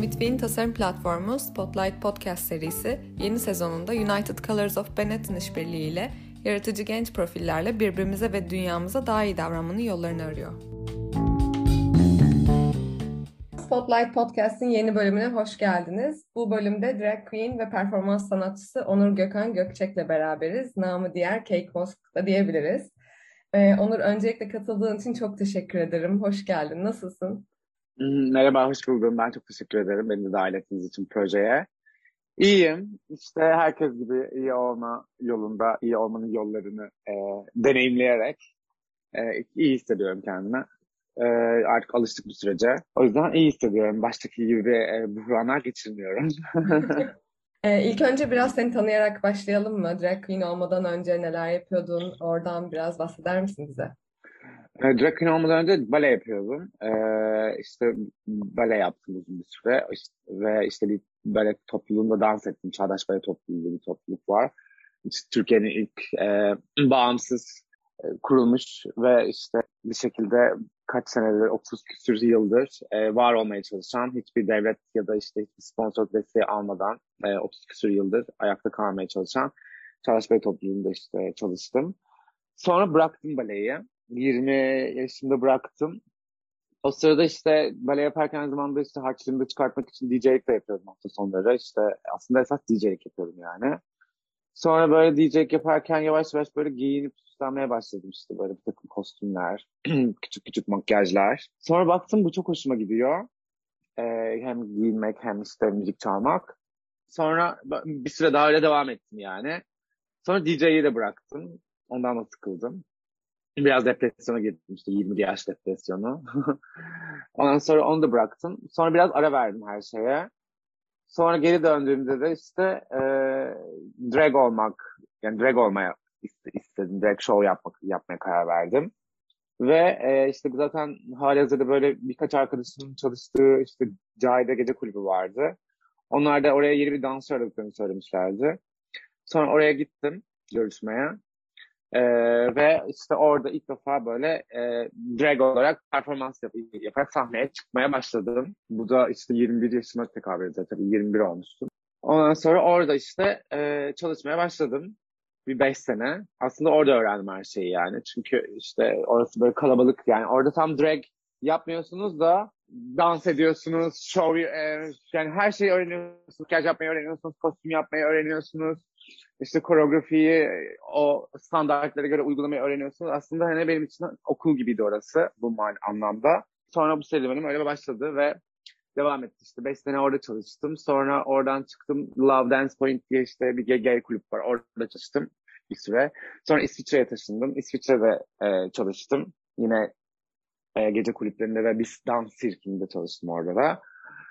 Between tasarım platformu Spotlight Podcast serisi yeni sezonunda United Colors of Benetton işbirliğiyle yaratıcı genç profillerle birbirimize ve dünyamıza daha iyi davranmanın yollarını arıyor. Spotlight Podcast'in yeni bölümüne hoş geldiniz. Bu bölümde drag queen ve performans sanatçısı Onur Gökhan Gökçek'le beraberiz. Namı diğer Cake Mosk da diyebiliriz. Onur, öncelikle katıldığın için çok teşekkür ederim. Hoş geldin. Nasılsın? Merhaba, hoş buldum. Ben çok teşekkür ederim beni de dahil ettiğiniz için projeye. İyiyim. İşte herkes gibi iyi olma yolunda, iyi olmanın yollarını deneyimleyerek iyi hissediyorum kendimi. Artık alıştık bir sürece. O yüzden iyi hissediyorum. Baştaki gibi buhranlar geçirmiyorum. İlk önce biraz seni tanıyarak başlayalım mı? Drag queen olmadan önce neler yapıyordun? Oradan biraz bahseder misin bize? Drag queen olmadan önce bale yapıyordum. İşte bale yaptım uzun bir süre. Ve işte bir bale topluluğunda dans ettim. Çağdaş Bale Topluluğu bir topluluk var. İşte Türkiye'nin ilk bağımsız kurulmuş ve işte bir şekilde kaç senedir, 30 küsur yıldır var olmaya çalışan, hiçbir devlet ya da işte hiçbir sponsor desteği almadan 30 küsur yıldır ayakta kalmaya çalışan Çağdaş Bale Topluluğu'nda işte çalıştım. Sonra bıraktım baleyi. 20 yaşında bıraktım. O sırada işte bale yaparken aynı zamanda işte harçlığımı da çıkartmak için DJ'lik de yapıyordum hafta sonları. İşte aslında esas DJ'lik yapıyordum yani. Sonra böyle DJ'lik yaparken yavaş yavaş böyle giyinip süslenmeye başladım işte böyle bir takım kostümler, küçük küçük makyajlar. Sonra baktım bu çok hoşuma gidiyor. Hem giyinmek hem işte müzik çalmak. Sonra bir süre daha öyle devam ettim yani. Sonra DJ'yi de bıraktım. Ondan da sıkıldım. Biraz depresyona girdim işte 20 yaş depresyonu. Ondan sonra onu da bıraktım. Sonra biraz ara verdim her şeye. Sonra geri döndüğümde de işte drag olmak, yani drag olmaya istedim. Drag show yapmaya karar verdim. Ve işte zaten halihazırda böyle birkaç arkadaşımın çalıştığı işte Cahide Gece Kulübü vardı. Onlar da oraya yeni bir dansöz aradıklarını söylemişlerdi. Sonra oraya gittim görüşmeye. Ve işte orada ilk defa böyle drag olarak performans yaparak sahneye çıkmaya başladım. Bu da işte 21 yaşıma tekabül ediyor tabii 21 olmuştum. Ondan sonra orada işte çalışmaya başladım. Bir 5 sene. Aslında orada öğrendim her şeyi yani. Çünkü işte orası böyle kalabalık yani. Orada tam drag yapmıyorsunuz da dans ediyorsunuz, yani her şeyi öğreniyorsunuz. Makyaj yapmayı öğreniyorsunuz, kostüm yapmayı öğreniyorsunuz. İşte koreografiyi o standartlara göre uygulamayı öğreniyorsunuz. Aslında hani benim için okul gibiydi orası bu anlamda. Sonra bu serüvenim öyle başladı ve devam etti işte. 5 sene orada çalıştım. Sonra oradan çıktım. Love Dance Point diye işte bir gay kulüp var. Orada çalıştım bir süre. Sonra İsviçre'ye taşındım. İsviçre'de çalıştım. Yine gece kulüplerinde ve bir dans sirkinde çalıştım orada da.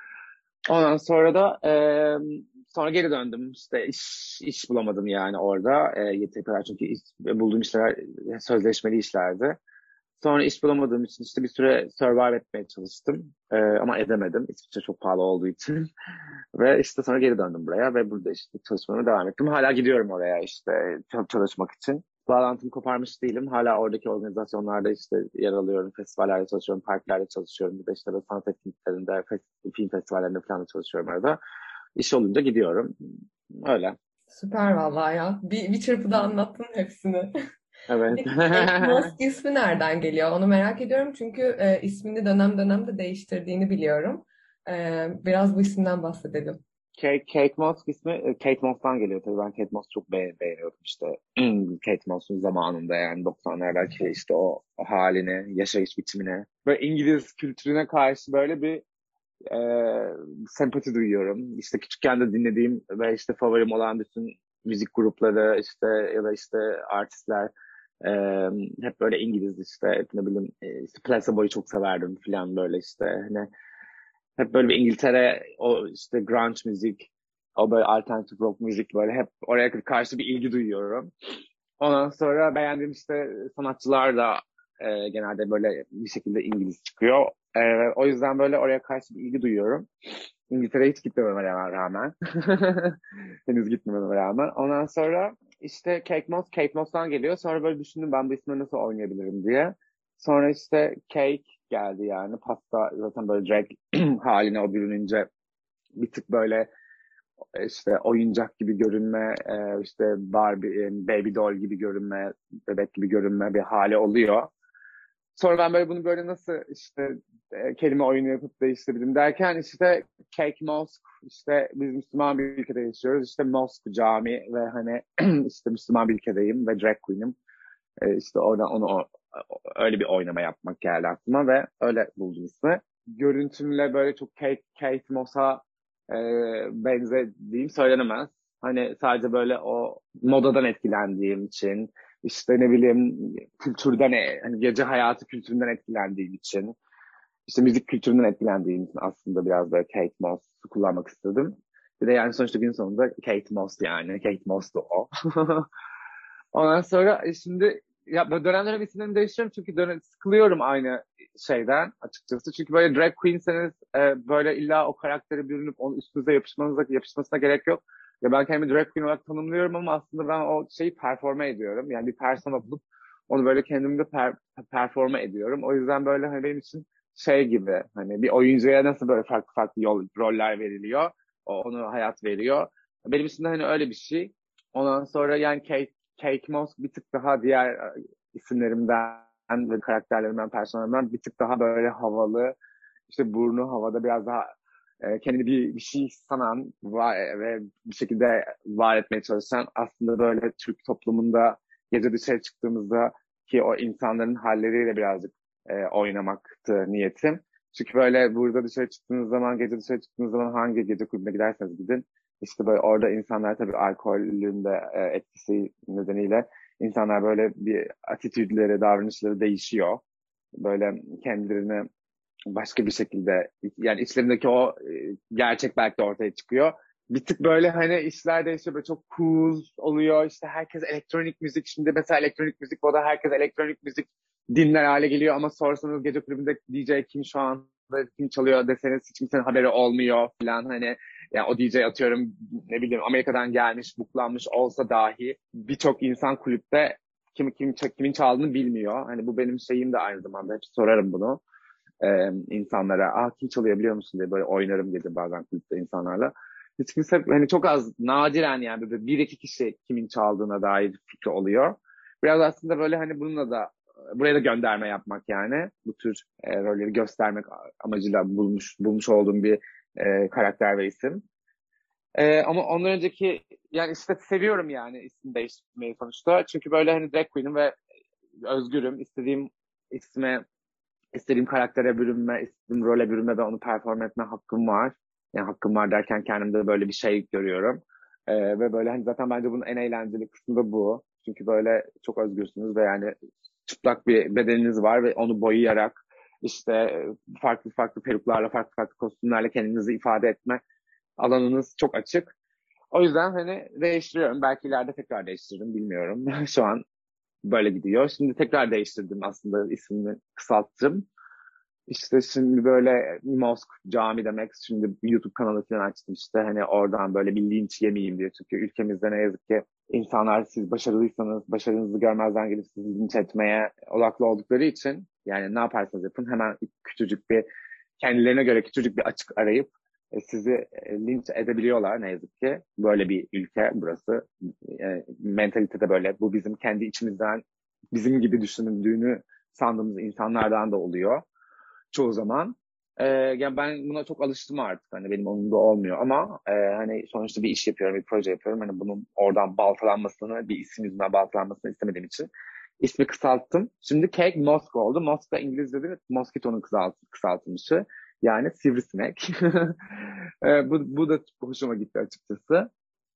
Ondan sonra da sonra geri döndüm. İşte iş bulamadım yani orada. Yeteri kadar çünkü bulduğum işler sözleşmeli işlerdi. Sonra iş bulamadığım için işte bir süre survive etmeye çalıştım. Ama edemedim. İsviçre çok pahalı olduğu için. Ve işte sonra geri döndüm buraya ve burada işte çalışmama devam ettim. Hala gidiyorum oraya işte çalışmak için. Bağlantımı koparmış değilim. Hala oradaki organizasyonlarda işte yer alıyorum. Festivallerde çalışıyorum, parklerde çalışıyorum. Bir de işte böyle sanat etkinliklerinde, film festivallerinde falan da çalışıyorum arada. İş olunca gidiyorum. Öyle. Süper vallahi ya. Bir çırpıda anlattın hepsini. Evet. Peki Kate Moss ismi nereden geliyor? Onu merak ediyorum çünkü ismini dönem dönem de değiştirdiğini biliyorum. Biraz bu isimden bahsedelim. Kate Moss ismi Kate Moss'tan geliyor tabii. Ben Kate Moss'u çok beğeniyordum işte. Kate Moss'un zamanında yani 90'lardaki işte o halini, yaşayış biçimine. Böyle İngiliz kültürüne karşı böyle bir e, sempati duyuyorum. İşte küçükken de dinlediğim ve işte favorim olan bütün müzik grupları işte ya da işte artistler e, hep böyle İngiliz işte ne bileyim işte Placebo'yu çok severdim falan böyle işte hani hep böyle bir İngiltere o işte grunge müzik o böyle alternatif rock müzik böyle hep oraya karşı bir ilgi duyuyorum. Ondan sonra beğendiğim işte sanatçılar da genelde böyle bir şekilde İngiliz çıkıyor. O yüzden böyle oraya karşı bir ilgi duyuyorum. İngiltere'ye hiç gitmememe rağmen. Henüz gitmememe rağmen. Ondan sonra işte Kate Moss'tan geliyor. Sonra böyle düşündüm ben bu ismi nasıl oynayabilirim diye. Sonra işte Cake geldi yani. Pasta zaten böyle drag haline o bürününce bir tık böyle işte oyuncak gibi görünme, işte Barbie, Baby doll gibi görünme, bebek gibi görünme bir hali oluyor. Sonra ben böyle bunu böyle nasıl işte kelime oyunu yapıp değiştirebilirim derken işte Cake Mosque, işte biz Müslüman bir ülkede yaşıyoruz. İşte Mosque cami ve hani işte Müslüman bir ülkedeyim ve drag queen'im. İşte oradan öyle bir oynama yapmak geldi aklıma ve öyle buldum ismi. Görüntümle böyle çok Kate Moss'a e, benzediğim söylenemez. Hani sadece böyle o modadan etkilendiğim için, işte ne bileyim kültürden, hani gece hayatı kültüründen etkilendiğim için, işte müzik kültüründen etkilendiğim için aslında biraz böyle Kate Moss'u kullanmak istedim. Bir de yani sonuçta gün sonunda Kate Moss yani. Kate Moss da o. Ondan sonra şimdi ya böyle dönemlere isimlerimi değiştiriyorum çünkü sıkılıyorum aynı şeyden açıkçası. Çünkü böyle drag queenseniz böyle illa o karaktere bürünüp onun üstünüze yapışmasına gerek yok. Ya ben kendimi drag queen olarak tanımlıyorum ama aslında ben o şeyi performe ediyorum. Yani bir persona bulup onu böyle kendimde performe ediyorum. O yüzden böyle hani benim için şey gibi hani bir oyuncuya nasıl böyle farklı farklı roller veriliyor. O onu hayat veriyor. Benim için de hani öyle bir şey. Ondan sonra yani Cake Moss bir tık daha diğer isimlerimden ve karakterlerimden, personelimden bir tık daha böyle havalı. İşte burnu havada biraz daha kendini bir şey sanan ve bir şekilde var etmeye çalışan aslında böyle Türk toplumunda gece dışarı çıktığımızda ki o insanların halleriyle birazcık oynamaktı niyetim. Çünkü böyle burada dışarı çıktığınız zaman, gece dışarı çıktığınız zaman hangi gece kulübüne giderseniz gidin. İşte böyle orada insanlar tabii alkolün de etkisi nedeniyle insanlar böyle bir atitüdleri, davranışları değişiyor. Böyle kendilerini başka bir şekilde yani içlerindeki o gerçek belki de ortaya çıkıyor. Bir tık böyle hani işler değişiyor böyle çok cool oluyor işte herkes elektronik müzik şimdi mesela elektronik müzik o da herkes elektronik müzik dinler hale geliyor ama sorsanız gece kulübünde DJ kim şu anda kim çalıyor deseniz hiç kimsenin haberi olmuyor falan hani yani o DJ atıyorum ne bileyim Amerika'dan gelmiş buklanmış olsa dahi birçok insan kulüpte kimin çaldığını bilmiyor. Hani bu benim şeyim de aynı zamanda hep sorarım bunu insanlara kim çalıyor biliyor musun diye böyle oynarım gece bazen kulüpte insanlarla. Hiç kimse hani çok az nadiren yani böyle bir iki kişi kimin çaldığına dair fikri oluyor. Biraz aslında böyle hani bununla da buraya da gönderme yapmak yani bu tür rolleri göstermek amacıyla bulmuş olduğum bir karakter ve isim. Ama ondan önceki yani işte seviyorum yani isim değiştirmeyi sonuçta. Çünkü böyle hani drag queen'im ve özgürüm. İstediğim isme İstediğim karaktere bürünme, istediğim role bürünme ve onu perform etme hakkım var. Yani hakkım var derken kendimde böyle bir şey görüyorum. Ve böyle hani zaten bence bunun en eğlenceli kısmı da bu. Çünkü böyle çok özgürsünüz ve yani çıplak bir bedeniniz var ve onu boyayarak işte farklı farklı peruklarla, farklı farklı kostümlerle kendinizi ifade etme alanınız çok açık. O yüzden hani değiştiriyorum. Belki ileride tekrar değiştiririm bilmiyorum. Şu an böyle gidiyor. Şimdi tekrar değiştirdim aslında ismini kısalttım. İşte şimdi böyle Mosk cami demek. Şimdi YouTube kanalı falan açtım işte. Hani oradan böyle bir linç yemeyeyim diye. Çünkü ülkemizde ne yazık ki insanlar siz başarılıysanız başarınızı görmezden gelip sizi linç etmeye odaklı oldukları için yani ne yaparsanız yapın hemen küçücük bir kendilerine göre küçücük bir açık arayıp sizi linç edebiliyorlar ne yazık ki. Böyle bir ülke burası. Mentalitede böyle. Bu bizim kendi içimizden bizim gibi düşünüldüğünü sandığımız insanlardan da oluyor çoğu zaman. Yani ben buna çok alıştım artık. Hani benim onumda olmuyor ama hani sonuçta bir iş yapıyorum, bir proje yapıyorum. Hani bunun oradan baltalanmasını, bir isim yüzünden baltalanmasını istemediğim için ismi kısalttım. Şimdi Cake Mosque oldu. Mosque da İngilizce'de Mosquito'nun kısaltılmışı. Yani sivrisinek. Bu da hoşuma gitti açıkçası.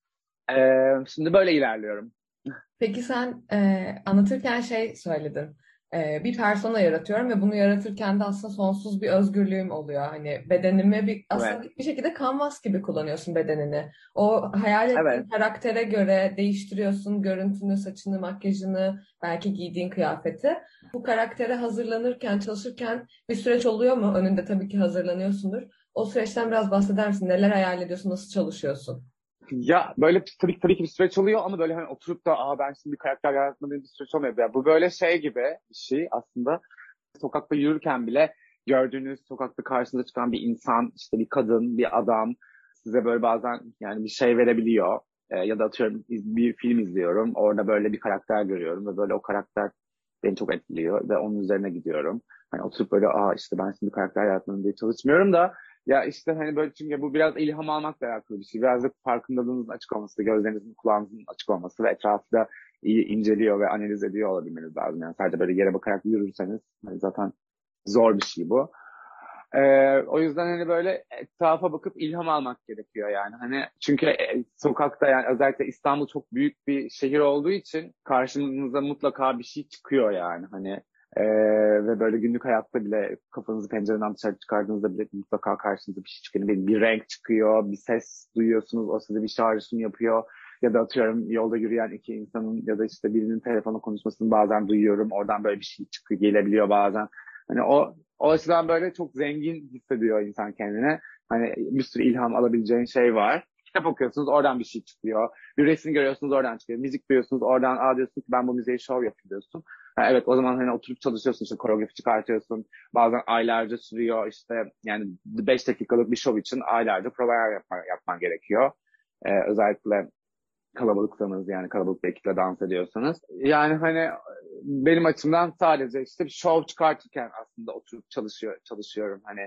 Şimdi böyle ilerliyorum. Peki sen anlatırken şey söyledin. Bir persona yaratıyorum ve bunu yaratırken de aslında sonsuz bir özgürlüğüm oluyor. Hani bedenimi Evet. aslında bir şekilde kanvas gibi kullanıyorsun bedenini. O hayal ettiğin Evet. karaktere göre değiştiriyorsun görüntünü, saçını, makyajını, belki giydiğin kıyafeti. Bu karaktere hazırlanırken, çalışırken bir süreç oluyor mu? Önünde tabii ki hazırlanıyorsundur. O süreçten biraz bahseder misin? Neler hayal ediyorsun, nasıl çalışıyorsun? Ya böyle tabii ki bir süreç oluyor ama böyle hani oturup da ben şimdi bir karakter yaratmadığım bir süreç olmuyor. Ya, bu böyle şey gibi bir şey aslında. Sokakta yürürken bile gördüğünüz sokakta karşınıza çıkan bir insan, işte bir kadın, bir adam size böyle bazen yani bir şey verebiliyor. Ya da atıyorum bir film izliyorum. Orada böyle bir karakter görüyorum ve böyle o karakter beni çok etkiliyor ve onun üzerine gidiyorum. Hani oturup böyle işte ben şimdi karakter yaratmanın diye çalışmıyorum da ya işte hani böyle çünkü bu biraz ilham almakla alakalı bir şey. Biraz da farkındalığınızın açık olması, gözlerinizin, kulağınızın açık olması ve etrafı da iyi inceliyor ve analiz ediyor olabilmeniz lazım. Yani sadece böyle yere bakarak yürürseniz hani zaten zor bir şey bu. O yüzden hani böyle etrafa bakıp ilham almak gerekiyor yani. Hani çünkü sokakta yani özellikle İstanbul çok büyük bir şehir olduğu için karşınıza mutlaka bir şey çıkıyor yani. Hani ve böyle günlük hayatta bile kafanızı pencereden dışarı çıkardığınızda bile mutlaka karşınıza bir şey çıkıyor. Bir renk çıkıyor, bir ses duyuyorsunuz, o size bir çağrışım yapıyor. Ya da atıyorum yolda yürüyen iki insanın ya da işte birinin telefonla konuşmasını bazen duyuyorum. Oradan böyle bir şey çıkıyor, gelebiliyor bazen. Hani o açıdan böyle çok zengin hissediyor insan kendine. Hani bir sürü ilham alabileceğin şey var. Kitap okuyorsunuz oradan bir şey çıkıyor. Bir resim görüyorsunuz oradan çıkıyor. Müzik duyuyorsunuz oradan diyorsun ki ben bu müziğe şov yapayım diyorsun. Ha, evet o zaman hani oturup çalışıyorsun işte koreografi çıkartıyorsun. Bazen aylarca sürüyor işte yani 5 dakikalık bir şov için aylarca prova yapman gerekiyor. Özellikle kalabalıksanız yani kalabalık bir ekiple dans ediyorsanız. Yani hani benim açımdan sadece işte bir şov çıkartırken aslında oturup çalışıyorum. Hani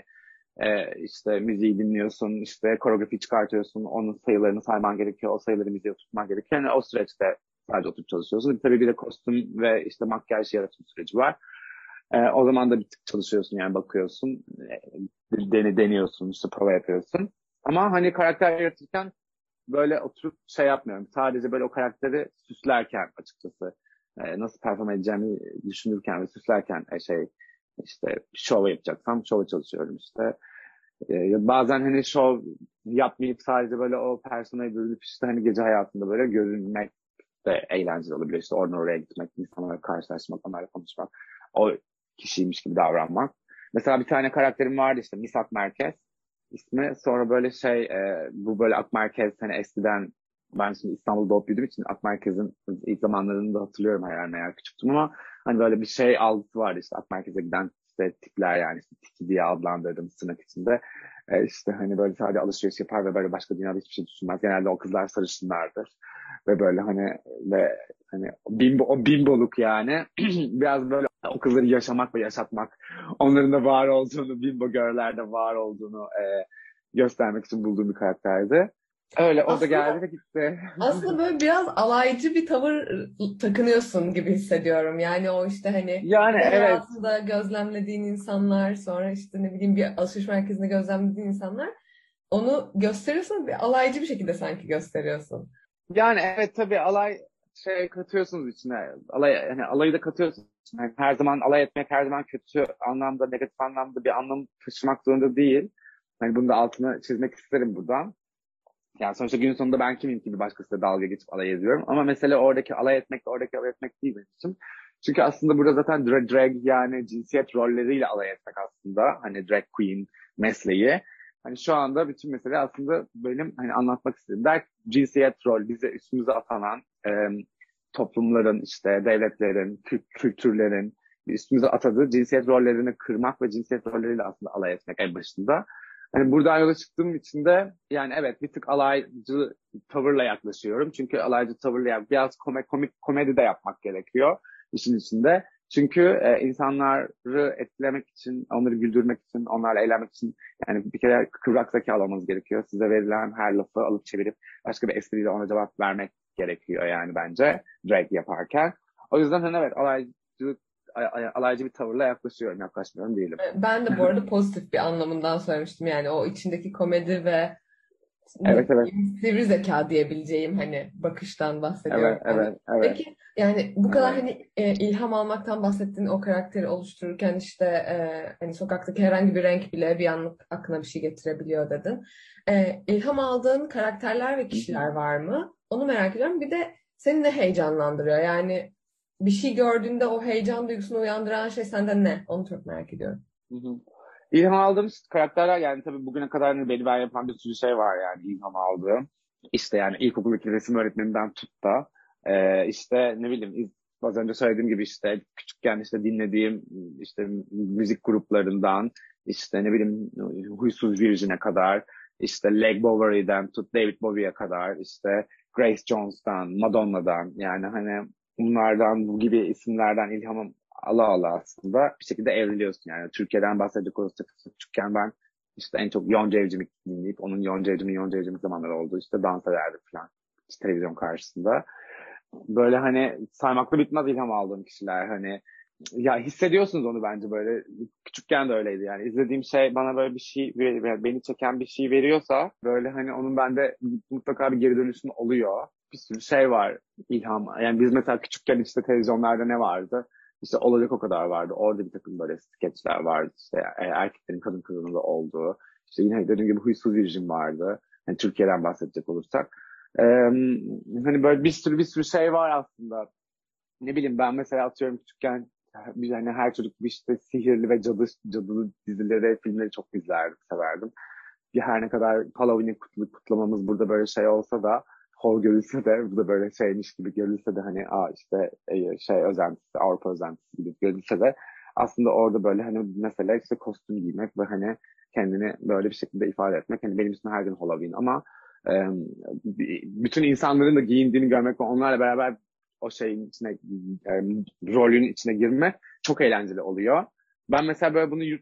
işte müziği dinliyorsun, işte koreografi çıkartıyorsun, onun sayılarını sayman gerekiyor, o sayıları müziğe tutman gerekiyor. Yani o süreçte sadece oturup çalışıyorsun. Tabii bir de kostüm ve işte makyaj yaratım süreci var. O zaman da bir tık çalışıyorsun yani bakıyorsun, deniyorsun, işte prova yapıyorsun. Ama hani karakter yaratırken böyle oturup şey yapmıyorum. Sadece böyle o karakteri süslerken açıkçası nasıl perform edeceğimi düşünürken ve süslerken işte şov yapacaksam şova çalışıyorum işte. Bazen hani şov yapmayıp sadece böyle o personayı bürünüp işte hani gece hayatında böyle görünmek de eğlenceli olabiliyor. İşte oradan oraya gitmek, insanlarla karşılaşmak, onlarla konuşmak, o kişiymiş gibi davranmak. Mesela bir tane karakterim vardı işte Misak Merkez ismi. Sonra böyle bu böyle Ak Merkez hani eskiden ben şimdi İstanbul'da doğup büyüdüğüm için Ak Merkez'in ilk zamanlarını da hatırlıyorum her ne yer küçüktüm ama hani böyle bir şey algısı vardı işte Ak Merkez'e giden işte tipler yani işte tiki diye adlandırdım tırnak içinde. İşte hani böyle sadece alışveriş yapar ve böyle başka dünyada hiçbir şey düşünmez. Genelde o kızlar sarışınlardır. Ve böyle hani o bimboluk yani biraz böyle o kızları yaşamak ve yaşatmak onların da var olduğunu bimbo girl'lerde var olduğunu göstermek için bulduğum bir karakterdi. Öyle o da geldi Aslında ve gitti. aslında böyle biraz alaycı bir tavır takınıyorsun gibi hissediyorum. Yani o işte hani Yani gece evet. hayatında gözlemlediğin insanlar, sonra işte ne bileyim bir alışveriş merkezinde gözlemlediğin insanlar, onu gösteriyorsun ve alaycı bir şekilde sanki gösteriyorsun. Yani evet tabii alay katıyorsunuz içine. Hani alayı da katıyorsunuz içine. Yani her zaman alay etmek her zaman kötü anlamda, negatif anlamda bir anlam taşımak zorunda değil. Hani bunu da altını çizmek isterim buradan. Yani sonuçta günün sonunda ben kimim ki bir başkasıyla dalga geçip alay ediyorum. Ama mesele oradaki alay etmek de oradaki alay etmek değil benim için. Çünkü aslında burada zaten drag yani cinsiyet rolleriyle alay etmek aslında. Hani drag queen mesleği. Hani şu anda bütün mesele aslında benim hani anlatmak istediğim cinsiyet rol bize üstümüze atanan toplumların işte devletlerin, kültürlerin üstümüze atadığı cinsiyet rollerini kırmak ve cinsiyet rolleriyle aslında alay etmek en başında. Hani buradan yola çıktığım için de yani evet bir tık alaycı tavırla yaklaşıyorum. Çünkü alaycı tavırla biraz komik komedi de yapmak gerekiyor işin içinde. Çünkü insanları etkilemek için, onları güldürmek için, onlarla eğlenmek için yani bir kere kıvrak zeka almamız gerekiyor. Size verilen her lafı alıp çevirip başka bir espriyle ona cevap vermek gerekiyor yani bence drag yaparken. O yüzden hani evet alaycı bir tavırla yaklaşmıyorum diyelim. Ben de bu arada pozitif bir anlamından söylemiştim. Yani o içindeki komedi ve ne Evet evet diyeyim, sivri zeka diyebileceğim hani bakıştan bahsediyorum evet ben de. evet evet. Peki yani bu kadar Evet. hani ilham almaktan bahsettiğin o karakteri oluştururken işte hani sokaktaki herhangi bir renk bile bir anlık aklına bir şey getirebiliyor dedin. İlham aldığın karakterler ve Hı hı. kişiler var mı? Onu merak ediyorum. Bir de seni ne heyecanlandırıyor? Yani bir şey gördüğünde o heyecan duygusunu uyandıran şey sende ne? Onu çok merak ediyorum. Hı hı. İlham aldığım karakterler yani tabii bugüne kadar hani beni ben yapan bir sürü şey var yani ilham aldığım. İşte yani ilkokuldaki resim öğretmeninden tut da işte ne bileyim az önce söylediğim gibi işte küçükken işte dinlediğim işte müzik gruplarından işte ne bileyim Huysuz Virgin'e kadar işte Leg Bowie'den tut David Bowie'ye kadar, işte Grace Jones'tan, Madonna'dan, yani hani bunlardan, bu gibi isimlerden ilham ala ala aslında bir şekilde evriliyorsun yani. Türkiye'den bahsedecek olursak küçükken ben işte en çok Yonca Evcimik dinleyip onun Yonca Evcimik zamanları oldu. İşte dans ederdim falan işte televizyon karşısında. Böyle hani saymakla bitmez ilham aldığım kişiler, hani ya hissediyorsunuz onu bence böyle. Küçükken de öyleydi yani. İzlediğim şey bana böyle bir şey, beni çeken bir şey veriyorsa böyle hani onun bende mutlaka bir geri dönüşüm oluyor. Bir sürü şey var ilham. Yani biz mesela küçükken işte televizyonlarda ne vardı? İşte Olacak O Kadar vardı. Orada bir takım böyle skeçler vardı. İşte erkeklerin kadın kılığında olduğu. İşte yine dediğim gibi Huysuz Virjin vardı. Yani Türkiye'den bahsedecek olursak. Hani böyle bir sürü şey var aslında. Ne bileyim, ben mesela atıyorum küçükken bir hani her çocuk gibi işte sihirli ve cadılı dizileri, filmleri çok izlerdim, severdim. Bir her ne kadar Halloween'i kutlamamız burada böyle şey olsa da, hor görülse de, bu da böyle şeymiş gibi görülse de, hani işte şey özentisi, Avrupa özentisi gibi görülse de, aslında orada böyle hani mesela işte kostüm giymek ve hani kendini böyle bir şekilde ifade etmek, hani benim için her gün Halloween, ama e, bütün insanların da giyindiğini görmek ve onlarla beraber o şeyin içine, rolün içine girmek çok eğlenceli oluyor. Ben mesela böyle bunu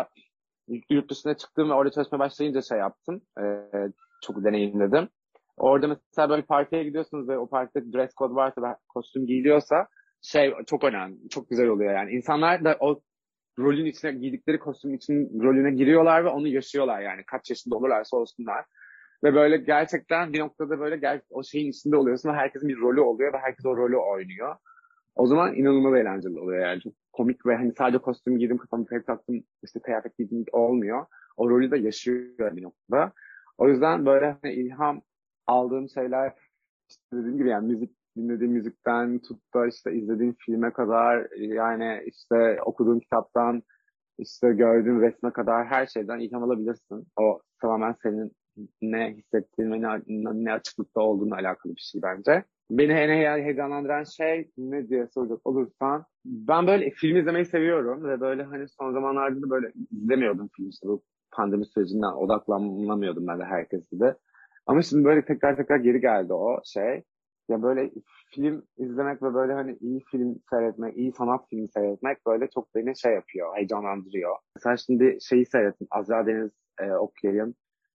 yurt dışına çıktığım ve orada çalışmaya başlayınca şey yaptım. Çok deneyimledim. Orada mesela böyle partiye gidiyorsunuz ve o partide dress code varsa ve kostüm giyiliyorsa şey çok önemli. Çok güzel oluyor yani. İnsanlar da o rolün içine, giydikleri kostümün için rolüne giriyorlar ve onu yaşıyorlar yani. Kaç yaşında olurlarsa olsunlar. Ve böyle gerçekten bir noktada böyle o şeyin içinde oluyorsun ve herkesin bir rolü oluyor ve herkes o rolü oynuyor. O zaman inanılmaz eğlenceli oluyor yani. Çok komik ve hani sadece kostüm giydim, kafamı pek taktım, işte kıyafet giydim olmuyor. O rolü de yaşıyor bir noktada. O yüzden böyle hani ilham aldığım şeyler, işte dediğim gibi yani dinlediğim müzikten tut da işte izlediğim filme kadar, yani işte okuduğum kitaptan işte gördüğün resme kadar her şeyden ilham alabilirsin. O tamamen senin ne hissettiğin ve ne açıklıkta olduğunla alakalı bir şey bence. Beni en heyecanlandıran şey ne diye soracak olursan, ben böyle film izlemeyi seviyorum ve böyle hani son zamanlarda da böyle izlemiyordum film, işte bu pandemi sürecinden odaklanamıyordum ben de herkes gibi. Ama şimdi böyle tekrar tekrar geri geldi o şey. Ya böyle film izlemek ve böyle hani iyi film seyretmek, iyi sanat filmi seyretmek böyle çok beni şey yapıyor, heyecanlandırıyor. Mesela şimdi şeyi seyrettim, Azra Deniz Okyay'ın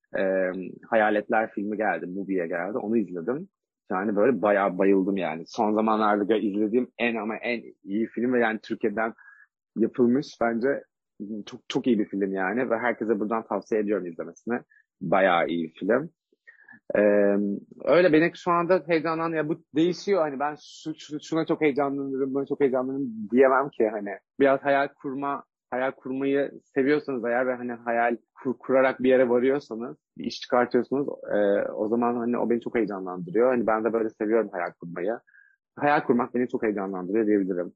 Hayaletler filmi geldi, Mubi'ye geldi. Onu izledim. Yani böyle bayağı bayıldım yani. Son zamanlarda izlediğim en iyi film ve yani Türkiye'den yapılmış bence çok çok iyi bir film yani ve herkese buradan tavsiye ediyorum izlemesini. Bayağı iyi bir film. Ee, Öyle beni şu anda ya bu değişiyor, hani ben şuna çok heyecanlanırım, buna çok heyecanlanırım diyemem ki. Hani biraz hayal kurmayı seviyorsanız eğer ve hani hayal kurarak bir yere varıyorsanız, bir iş çıkartıyorsunuz, o zaman hani o beni çok heyecanlandırıyor. Hani ben de böyle seviyorum hayal kurmayı. Hayal kurmak beni çok heyecanlandırıyor diyebilirim.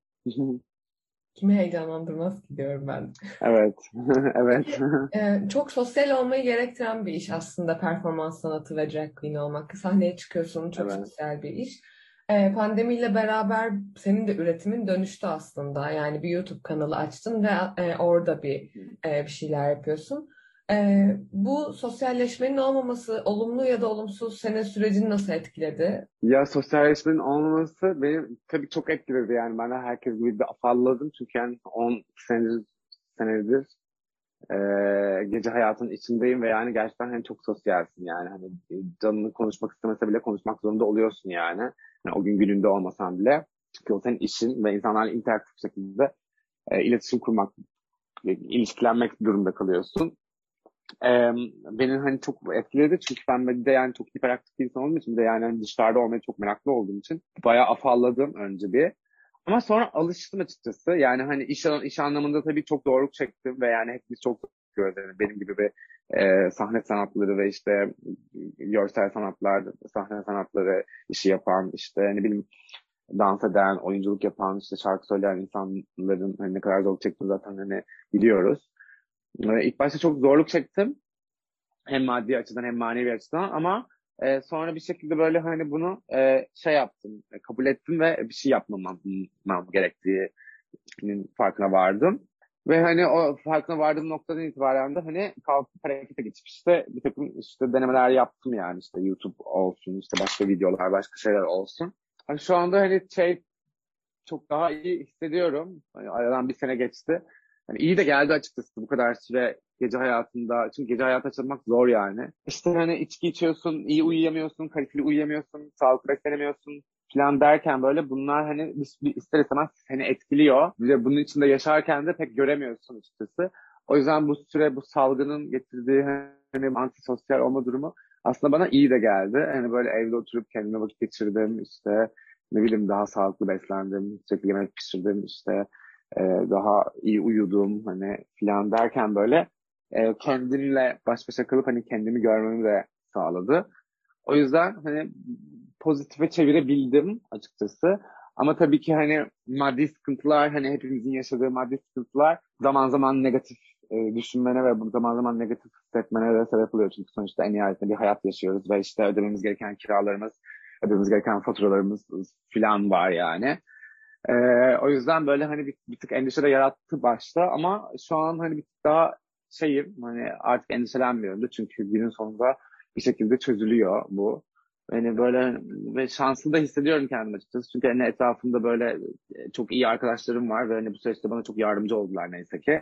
Kimi heyecanlandırmaz ki diyorum ben. Evet. Evet. Peki, çok sosyal olmayı gerektiren bir iş aslında performans sanatı ve drag queen olmak. Sahneye çıkıyorsun, çok Evet. sosyal bir iş. Pandemiyle beraber senin de üretimin dönüştü aslında. Yani bir YouTube kanalı açtın ve orada bir şeyler yapıyorsun. Bu sosyalleşmenin olmaması olumlu ya da olumsuz senin sürecini nasıl etkiledi? Ya sosyalleşmenin olmaması benim tabii çok etkiledi yani. Ben de herkes gibi bir afalladım çünkü yani 10 senedir gece hayatının içindeyim ve yani gerçekten hani çok sosyalsin yani. Hani canını konuşmak istemese bile konuşmak zorunda oluyorsun yani. Yani o gün gününde olmasan bile. Çünkü o senin işin ve insanlarla interaktif bir şekilde iletişim kurmak, ilişkilenmek durumunda kalıyorsun. Beni hani çok etkiledi çünkü ben de yani çok hiperaktif bir insan olduğum için, de yani hani dışarıda olmaya çok meraklı olduğum için bayağı afalladım önce bir. Ama sonra alıştım açıkçası. Yani hani iş anlamında tabii çok zorluk çektim ve yani hepimiz çok zorluyoruz. Yani benim gibi bir sahne sanatları ve işte görsel sanatlar, sahne sanatları işi yapan, işte ne bileyim dans eden, oyunculuk yapan, işte şarkı söyleyen insanların hani ne kadar zorluk çektiğini zaten hani biliyoruz. İlk başta çok zorluk çektim. Hem maddi açıdan hem manevi açıdan, ama sonra bir şekilde böyle hani bunu şey yaptım, kabul ettim ve bir şey yapmamam gerektiğinin farkına vardım. Ve hani o farkına vardığım noktadan itibaren de hani kalkıp harekete geçip işte bir takım işte denemeler yaptım yani işte YouTube olsun işte başka videolar başka şeyler olsun. Hani şu anda hani şey çok daha iyi hissediyorum. Hani aradan bir sene geçti. Hani iyi de geldi açıkçası bu kadar süre gece hayatında. Çünkü gece hayatı açılmak zor yani. İşte hani içki içiyorsun, iyi uyuyamıyorsun, kaliteli uyuyamıyorsun, sağlıklı beslenemiyorsun falan derken böyle bunlar hani ister istemez seni etkiliyor. Bir de bunun içinde yaşarken de pek göremiyorsun açıkçası. O yüzden bu süre bu salgının getirdiği hani antisosyal olma durumu aslında bana iyi de geldi. Hani böyle evde oturup kendime vakit geçirdim işte ne bileyim daha sağlıklı beslendim, sürekli yemek pişirdim işte daha iyi uyudum hani filan derken böyle kendimle baş başa kalıp hani kendimi görmemi de sağladı. O yüzden hani pozitife çevirebildim açıkçası. Ama tabii ki hani maddi sıkıntılar hani hepimizin yaşadığı maddi sıkıntılar zaman zaman negatif düşünmene ve bu zaman zaman negatif hissetmene de sebep oluyor. Çünkü sonuçta en nihayetinde bir hayat yaşıyoruz ve işte ödememiz gereken kiralarımız, ödememiz gereken faturalarımız filan var yani. O yüzden böyle hani bir tık endişe de yarattı başta ama şu an hani bir tık daha şeyim hani artık endişelenmiyorum da çünkü günün sonunda bir şekilde çözülüyor bu. Hani böyle ve şanslı da hissediyorum kendimi açıkçası. Çünkü hani etrafımda böyle çok iyi arkadaşlarım var ve hani bu süreçte bana çok yardımcı oldular neyse ki.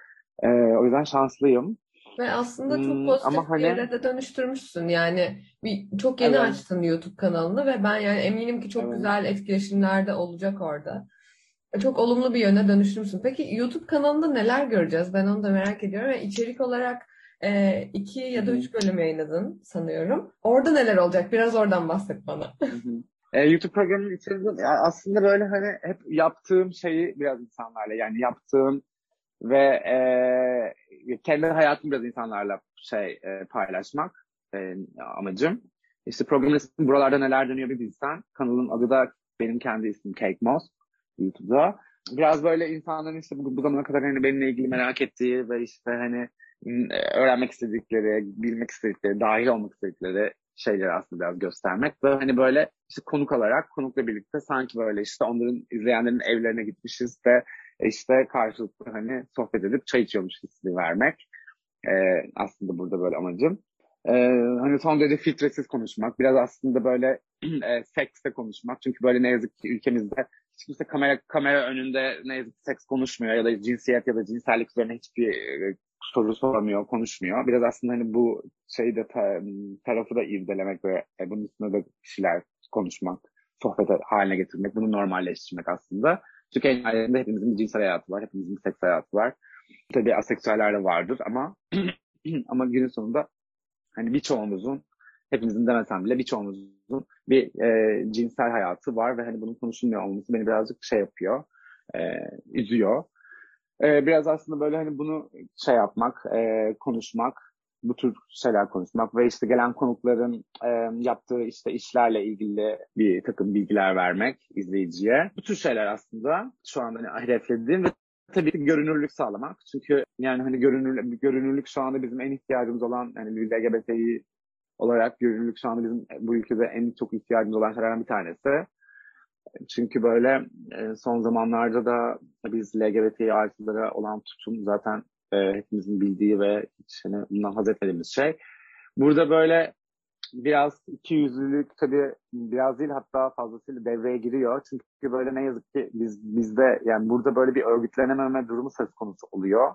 O yüzden şanslıyım. Ve aslında çok Ama pozitif bir hani yere de dönüştürmüşsün. Yani çok yeni evet, açtın YouTube kanalını ve ben yani eminim ki çok evet. güzel etkileşimler de olacak orada. Çok olumlu bir yöne dönüştürmüşsün. Peki YouTube kanalında neler göreceğiz? Ben onu da merak ediyorum. Ve içerik olarak iki Hı ya da hı. üç bölüm yayınladın sanıyorum. Orada neler olacak? Biraz oradan bahset bana. Hı hı. YouTube programının içerisinde ya aslında böyle hani hep yaptığım şeyi biraz insanlarla yani yaptığım ve kendi hayatımı biraz insanlarla paylaşmak amacım. İşte programın ismi Buralarda Neler Dönüyor Bir Bilsen. Kanalın adı da benim kendi ismim Cake Moss YouTube'da. Biraz böyle insanların işte bu zamana kadar hani benimle ilgili merak ettiği ve işte hani öğrenmek istedikleri, bilmek istedikleri, dahil olmak istedikleri şeyleri aslında biraz göstermek ve hani böyle işte konuk alarak konukla birlikte sanki böyle işte onların izleyenlerin evlerine gitmişiz de işte karşılıklı hani sohbet edip çay içiyormuş hissini vermek. Aslında burada böyle amacım. Ee, Hani son derece filtresiz konuşmak. Biraz aslında böyle seksle konuşmak. Çünkü böyle ne yazık ki ülkemizde hiç kimse kamera önünde ne yazık ki seks konuşmuyor ya da cinsiyet ya da cinsellik üzerine hiçbir soru soramıyor, konuşmuyor. Biraz aslında hani bu tarafı da irdelemek ve bunun üstüne de kişiler konuşmak, sohbet haline getirmek, bunu normalleştirmek aslında. Çünkü en nihayetinde hepimizin bir cinsel hayatı var, hepimizin bir seks hayatı var. Tabii aseksüeller de vardır ama ama günün sonunda hani birçoğumuzun hepimizin demesem bile birçoğumuzun bir cinsel hayatı var ve hani bunun konuşulmuyor olması beni birazcık şey yapıyor, üzüyor. Biraz aslında böyle hani bunu yapmak, konuşmak, bu tür şeyler konuşmak ve işte gelen konukların yaptığı işte işlerle ilgili bir takım bilgiler vermek izleyiciye. Bu tür şeyler aslında şu anda hani hedeflediğim ve tabii ki görünürlük sağlamak. Çünkü yani hani görünürlük şu anda bizim en ihtiyacımız olan yani bir LGBTİ olarak görünürlük şu anda bizim bu ülkede en çok ihtiyacımız olan şeylerden bir tanesi. Çünkü böyle son zamanlarda da biz LGBT artılara olan tutum zaten hepimizin bildiği ve hiç hani bundan haz etmediğimiz şey. Burada böyle biraz ikiyüzlülük tabii biraz değil hatta fazlasıyla devreye giriyor. Çünkü böyle ne yazık ki bizde yani burada böyle bir örgütlenememe durumu söz konusu oluyor.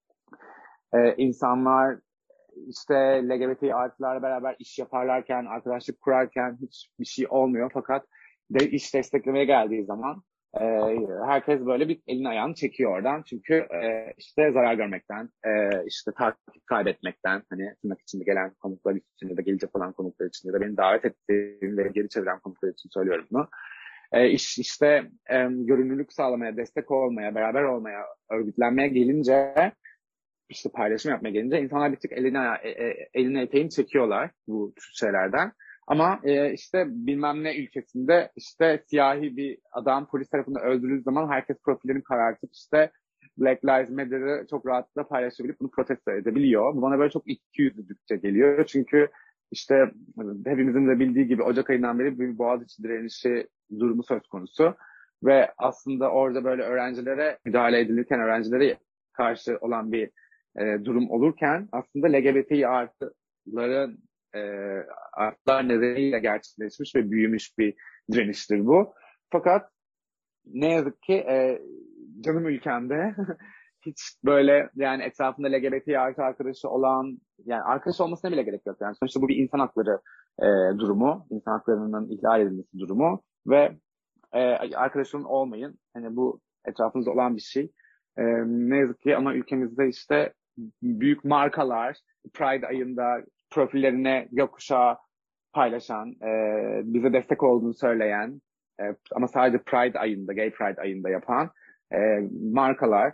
İnsanlar işte LGBT artılarla beraber iş yaparlarken, arkadaşlık kurarken hiçbir şey olmuyor. Fakat iş desteklemeye geldiği zaman e, herkes böyle bir elini ayağını çekiyor oradan. Çünkü işte zarar görmekten, işte takip kaybetmekten, hani tırnak içinde gelen konuklar için ya da gelecek olan konuklar için ya da beni davet ettiğim ve geri çeviren konuklar için söylüyorum bunu. İşte görünürlük sağlamaya, destek olmaya, beraber olmaya, örgütlenmeye gelince işte paylaşım yapmaya gelince insanlar bir tık eline eteğini çekiyorlar bu tür şeylerden. Ama işte bilmem ne ülkesinde işte siyahi bir adam polis tarafından öldürüldüğü zaman herkes profillerini karartıp işte Black Lives Matter'ı çok rahatlıkla paylaşabilip bunu protesto edebiliyor. Bu bana böyle çok ikiyüzlülükçe geliyor. Çünkü işte hepimizin de bildiği gibi Ocak ayından beri bir Boğaziçi direnişi durumu söz konusu. Ve aslında orada böyle öğrencilere müdahale edilirken öğrencileri karşı olan bir durum olurken aslında LGBTİ artıların artlar nedeniyle gerçekleşmiş ve büyümüş bir direniştir bu. Fakat ne yazık ki canım ülkemde hiç böyle yani etrafında LGBT artı arkadaşı olan, yani arkadaş olmasına bile gerek yok. Yani sonuçta bu bir insan hakları durumu, insan haklarının ihlal edilmesi durumu ve arkadaşın olmayın. Hani bu etrafınızda olan bir şey. Ne yazık ki ama ülkemizde işte büyük markalar Pride ayında profillerine gökkuşağı paylaşan, bize destek olduğunu söyleyen ama sadece Pride ayında, Gay Pride ayında yapan markalar,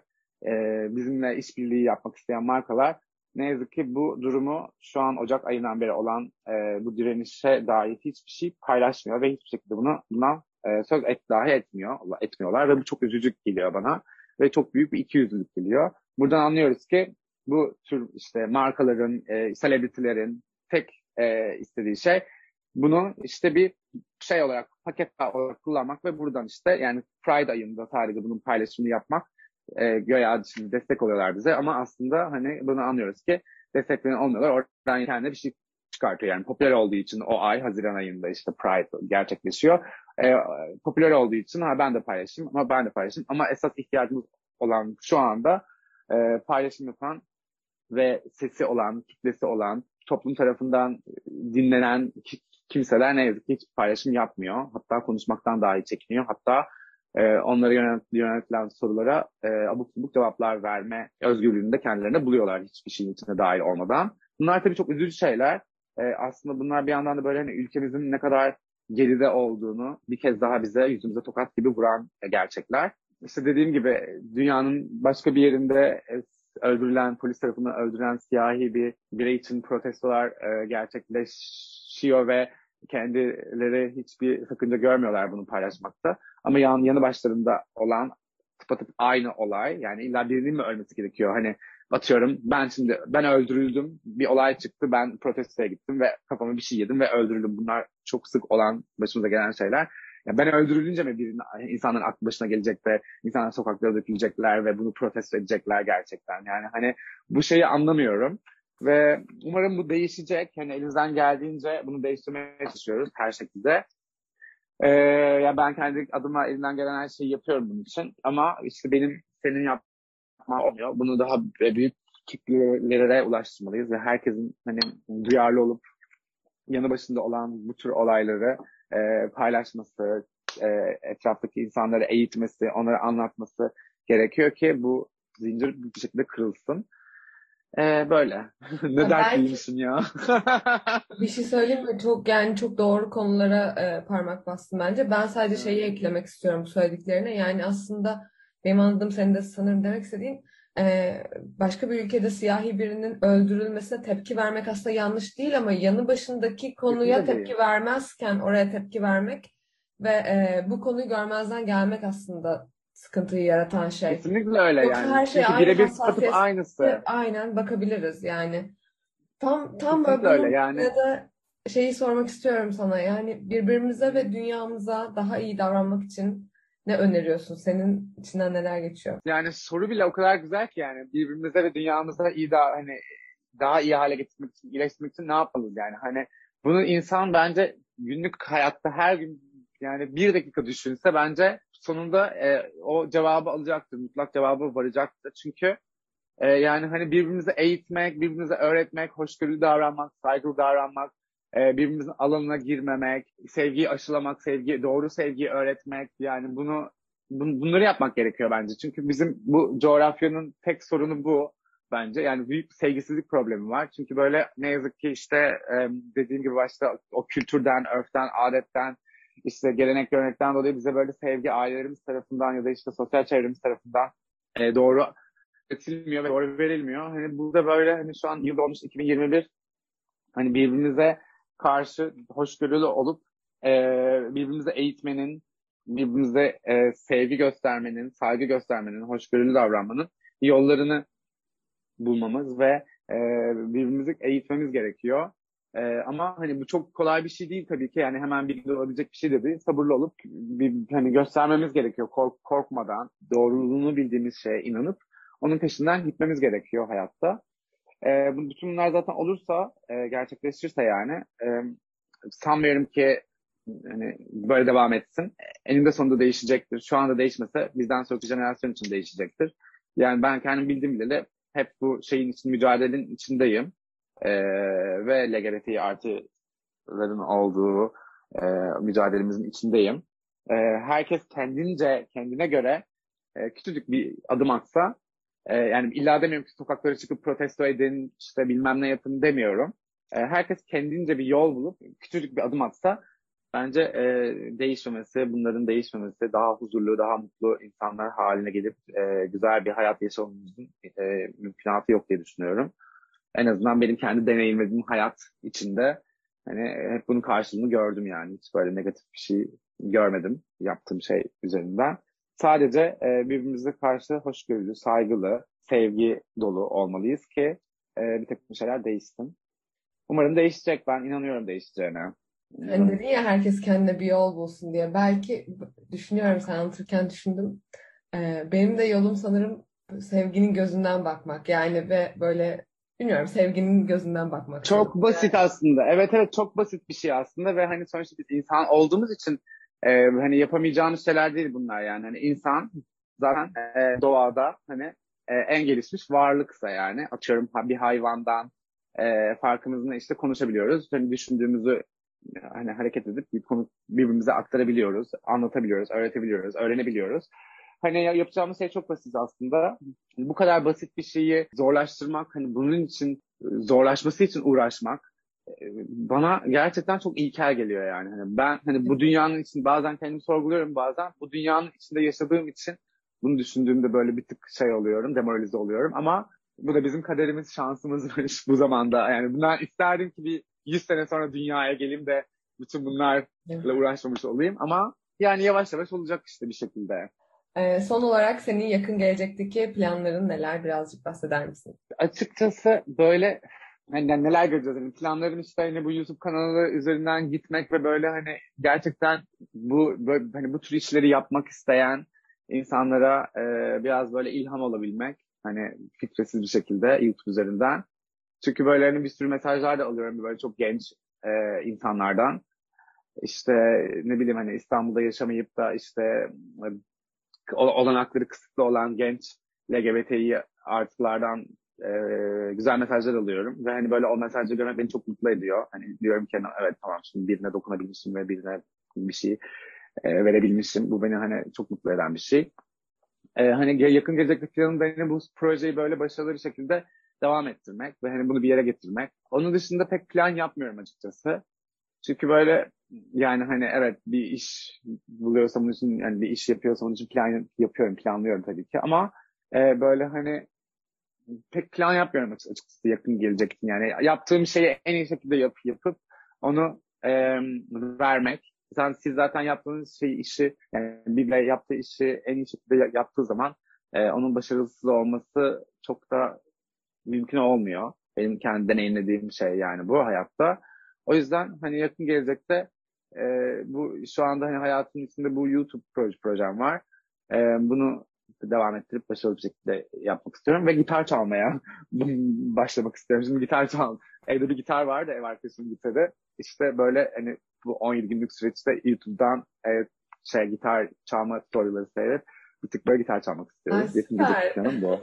bizimle işbirliği yapmak isteyen markalar ne yazık ki bu durumu şu an Ocak ayından beri olan bu direnişe dair hiçbir şey paylaşmıyor ve hiçbir şekilde bundan söz dahi etmiyorlar ve bu çok üzücü geliyor bana ve çok büyük bir ikiyüzlülük geliyor. Buradan anlıyoruz ki bu tür işte markaların, celebrity'lerin tek istediği şey bunu işte bir şey olarak, paket olarak kullanmak ve buradan işte yani Pride ayında sadece bunun paylaşımını yapmak, göya şimdi destek oluyorlar bize ama aslında hani bunu anlıyoruz ki destekleyen olmuyorlar. Oradan kendine bir şey çıkartıyor. Yani popüler olduğu için o ay Haziran ayında işte Pride gerçekleşiyor. Popüler olduğu için ben de paylaşayım ama esas ihtiyacımız olan şu anda paylaşım yapan ve sesi olan, kitlesi olan, toplum tarafından dinlenen kimseler ne yazık ki hiç paylaşım yapmıyor. Hatta konuşmaktan dahi çekiniyor. Hatta onlara yöneltilen sorulara abuk subuk cevaplar verme özgürlüğünü de kendilerine buluyorlar hiçbir şeyin içine dahil olmadan. Bunlar tabii çok üzücü şeyler. Aslında bunlar bir yandan da böyle hani ülkemizin ne kadar geride olduğunu bir kez daha bize yüzümüze tokat gibi vuran gerçekler. İşte dediğim gibi dünyanın başka bir yerinde öldürülen, polis tarafından öldürülen siyahi bir birey için protestolar gerçekleşiyor ve kendileri hiçbir sakınca görmüyorlar bunu paylaşmakta. Ama yanı başlarında olan tıpatıp aynı olay, yani illa birinin mi ölmesi gerekiyor? Hani atıyorum ben öldürüldüm, bir olay çıktı, ben protestoya gittim ve kafama bir şey yedim ve öldürüldüm. Bunlar çok sık olan, başımıza gelen şeyler. Yani ben öldürülünce mi insanların aklı başına gelecek ve insanlar sokaklara dökülecekler ve bunu protesto edecekler gerçekten? Yani hani bu şeyi anlamıyorum. Ve umarım bu değişecek. Hani elimizden geldiğince bunu değiştirmeye çalışıyoruz her şekilde. Ya ben kendi adıma elimden gelen her şeyi yapıyorum bunun için. Ama işte senin yapma olmuyor. Bunu daha büyük kitlelere ulaştırmalıyız ve herkesin hani duyarlı olup yanı başında olan bu tür olayları paylaşması, etraftaki insanları eğitmesi, onlara anlatması gerekiyor ki bu zincir bir şekilde kırılsın. Böyle. Ne Belki dertliymişsin ya. bir şey söyleyeyim mi? Çok doğru konulara parmak bastım bence. Ben sadece şeyi eklemek istiyorum bu söylediklerine. Yani aslında benim anladığım, senin de sanırım demek istediğin, başka bir ülkede siyahi birinin öldürülmesine tepki vermek aslında yanlış değil ama yanı başındaki konuya Kesinlikle değil. tepki vermezken oraya tepki vermek ve bu konuyu görmezden gelmek aslında sıkıntıyı yaratan şey. Kesinlikle öyle Yoksa yani. her şeye Çünkü aynı birebir tıpatıp hassasiyetle aynısı. aynen bakabiliriz yani. Tam böyle Kesinlikle öyle bunun yani. ya da şeyi sormak istiyorum sana. Yani birbirimize ve dünyamıza daha iyi davranmak için ne öneriyorsun? Senin içinden neler geçiyor? Yani soru bile o kadar güzel ki yani birbirimize ve dünyamıza daha iyi hale getirmek için, iyileştirmek için ne yapmalıyız yani? Hani bunu insan bence günlük hayatta her gün yani bir dakika düşünse bence sonunda o cevabı alacaktır. Mutlak cevabı varacaktır. Çünkü yani hani birbirimize eğitmek, birbirimize öğretmek, hoşgörülü davranmak, saygılı davranmak, birbirimizin alanına girmemek, sevgiyi aşılamak, doğru sevgiyi öğretmek, yani bunları yapmak gerekiyor bence. Çünkü bizim bu coğrafyanın tek sorunu bu bence. Yani büyük bir sevgisizlik problemi var. Çünkü böyle ne yazık ki işte dediğim gibi başta o kültürden, örften, adetten, işte gelenek görenekten dolayı bize böyle sevgi ailelerimiz tarafından ya da işte sosyal çevremiz tarafından doğru üretilmiyor ve doğru verilmiyor. Hani burada böyle hani şu an yıl olmuş 2021, hani birbirimize karşı hoşgörülü olup birbirimize eğitmenin, birbirimize sevgi göstermenin, saygı göstermenin, hoşgörülü davranmanın yollarını bulmamız ve birbirimizi eğitmemiz gerekiyor. Ama hani bu çok kolay bir şey değil tabii ki. Yani hemen bilgi olabilecek bir şey de değil. Sabırlı olup hani göstermemiz gerekiyor korkmadan, doğruluğunu bildiğimiz şeye inanıp onun peşinden gitmemiz gerekiyor hayatta. Bütün bunlar zaten olursa, gerçekleşirse yani sanmıyorum ki hani böyle devam etsin. Eninde sonunda değişecektir. Şu anda değişmese bizden sonraki jenerasyon için değişecektir. Yani ben kendim bildiğim bileli hep bu şeyin için, mücadelenin içindeyim. Ve LGBT artıların olduğu mücadelemizin içindeyim. Herkes kendine göre küçücük bir adım atsa, yani illa demiyorum ki sokaklara çıkıp protesto edin, işte bilmem ne yapın demiyorum. Herkes kendince bir yol bulup küçücük bir adım atsa bence bunların değişmemesi, daha huzurlu, daha mutlu insanlar haline gelip güzel bir hayat yaşamamızın mümkünatı yok diye düşünüyorum. En azından benim kendi deneyimlediğim hayat içinde hani hep bunun karşılığını gördüm yani. Hiç böyle negatif bir şey görmedim yaptığım şey üzerinden. Sadece birbirimize karşı hoşgörülü, saygılı, sevgi dolu olmalıyız ki bir takım şeyler değişsin. Umarım değişecek. Ben inanıyorum değişeceğine. Hani dedin ya herkes kendine bir yol bulsun diye. Belki düşünüyorum, sen anlatırken düşündüm. Benim de yolum sanırım sevginin gözünden bakmak. Yani ve böyle bilmiyorum, sevginin gözünden bakmak Çok sanırım. basit aslında. Evet, evet, çok basit bir şey aslında ve hani sonuçta biz insan olduğumuz için hani yapamayacağımız şeyler değil bunlar yani. Hani insan zaten doğada hani en gelişmiş varlıksa yani atıyorum bir hayvandan farkımızla işte konuşabiliyoruz. Hani düşündüğümüzü hani hareket edip bir konu birbirimize aktarabiliyoruz, anlatabiliyoruz, öğretebiliyoruz, öğrenebiliyoruz. Hani yapacağımız şey çok basit aslında. Bu kadar basit bir şeyi zorlaştırmak, hani bunun için zorlaşması için uğraşmak bana gerçekten çok ilkel geliyor yani. Hani ben hani bu dünyanın için bazen kendimi sorguluyorum, bazen bu dünyanın içinde yaşadığım için bunu düşündüğümde böyle bir tık şey oluyorum, demoralize oluyorum ama bu da bizim kaderimiz, şansımız bu zamanda. Yani bundan isterdim ki bir 100 sene sonra dünyaya geleyim de bütün bunlarla uğraşmamış olayım ama yani yavaş yavaş olacak işte bir şekilde. Son olarak senin yakın gelecekteki planların neler? Birazcık bahseder misin? Açıkçası böyle hani neler göreceğiz? Yani planlarım işte hani bu YouTube kanalı üzerinden gitmek ve böyle hani gerçekten bu böyle, hani bu tür işleri yapmak isteyen insanlara biraz böyle ilham olabilmek. Hani filtresiz bir şekilde YouTube üzerinden. Çünkü böyle hani bir sürü mesajlar da alıyorum böyle çok genç insanlardan. İşte ne bileyim hani İstanbul'da yaşamayıp da işte olanakları kısıtlı olan genç LGBTİ artılardan güzel mesajlar alıyorum. Ve hani böyle o mesajları görmek beni çok mutlu ediyor. Hani diyorum ki evet tamam şimdi birine dokunabilmişim ve birine bir şey verebilmişim. Bu beni hani çok mutlu eden bir şey. Hani yakın gelecekte planım da hani bu projeyi böyle başarılı bir şekilde devam ettirmek ve hani bunu bir yere getirmek. Onun dışında pek plan yapmıyorum açıkçası. Çünkü böyle yani hani evet bir iş buluyorsam onun için yani bir iş yapıyorsam onun için plan yapıyorum, planlıyorum tabii ki ama böyle hani pek plan yapmıyorum açıkçası yakın gelecek için. Yani yaptığım şeyi en iyi şekilde yapıp onu vermek. Siz zaten yaptığınız işi yani bir birey yaptığı işi en iyi şekilde yaptığı zaman onun başarısız olması çok da mümkün olmuyor. Benim kendi deneyimlediğim şey yani bu hayatta. O yüzden hani yakın gelecekte e, bu şu anda hani hayatımın içinde bu YouTube projem var. Bunu devam ettirip başarılı bir şekilde yapmak istiyorum ve gitar çalmaya başlamak istiyorum. Şimdi evde bir gitar var da ev arkadaşımın gitarı. İşte böyle hani bu 17 günlük süreçte YouTube'dan gitar çalma tutorial'ları seyredip bir tık böyle gitar çalmak Ay, istiyorum. Yakın gelecek süper. planım bu.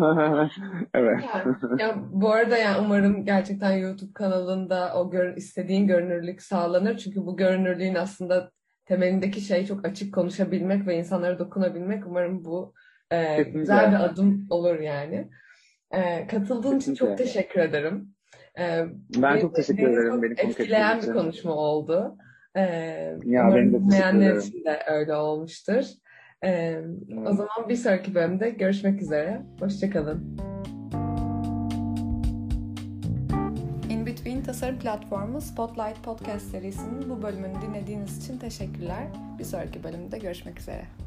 Evet. Ya bu arada yani umarım gerçekten YouTube kanalında o istediğin görünürlük sağlanır. Çünkü bu görünürlüğün aslında temelindeki şey çok açık konuşabilmek ve insanlara dokunabilmek. Umarım bu güzel Kesinlikle. bir adım olur yani. Katıldığın için çok Kesinlikle. teşekkür ederim. Ben çok teşekkür Beni ederim beni çok konuk ettiğin etkileyen bir için. konuşma oldu. Ya Umarım benim de teşekkür dinleyenler ederim. için de öyle olmuştur. Ee, O Evet. zaman bir sonraki bölümde görüşmek üzere. Hoşçakalın. In Between tasarım platformu Spotlight Podcast serisinin bu bölümünü dinlediğiniz için teşekkürler. Bir sonraki bölümde görüşmek üzere.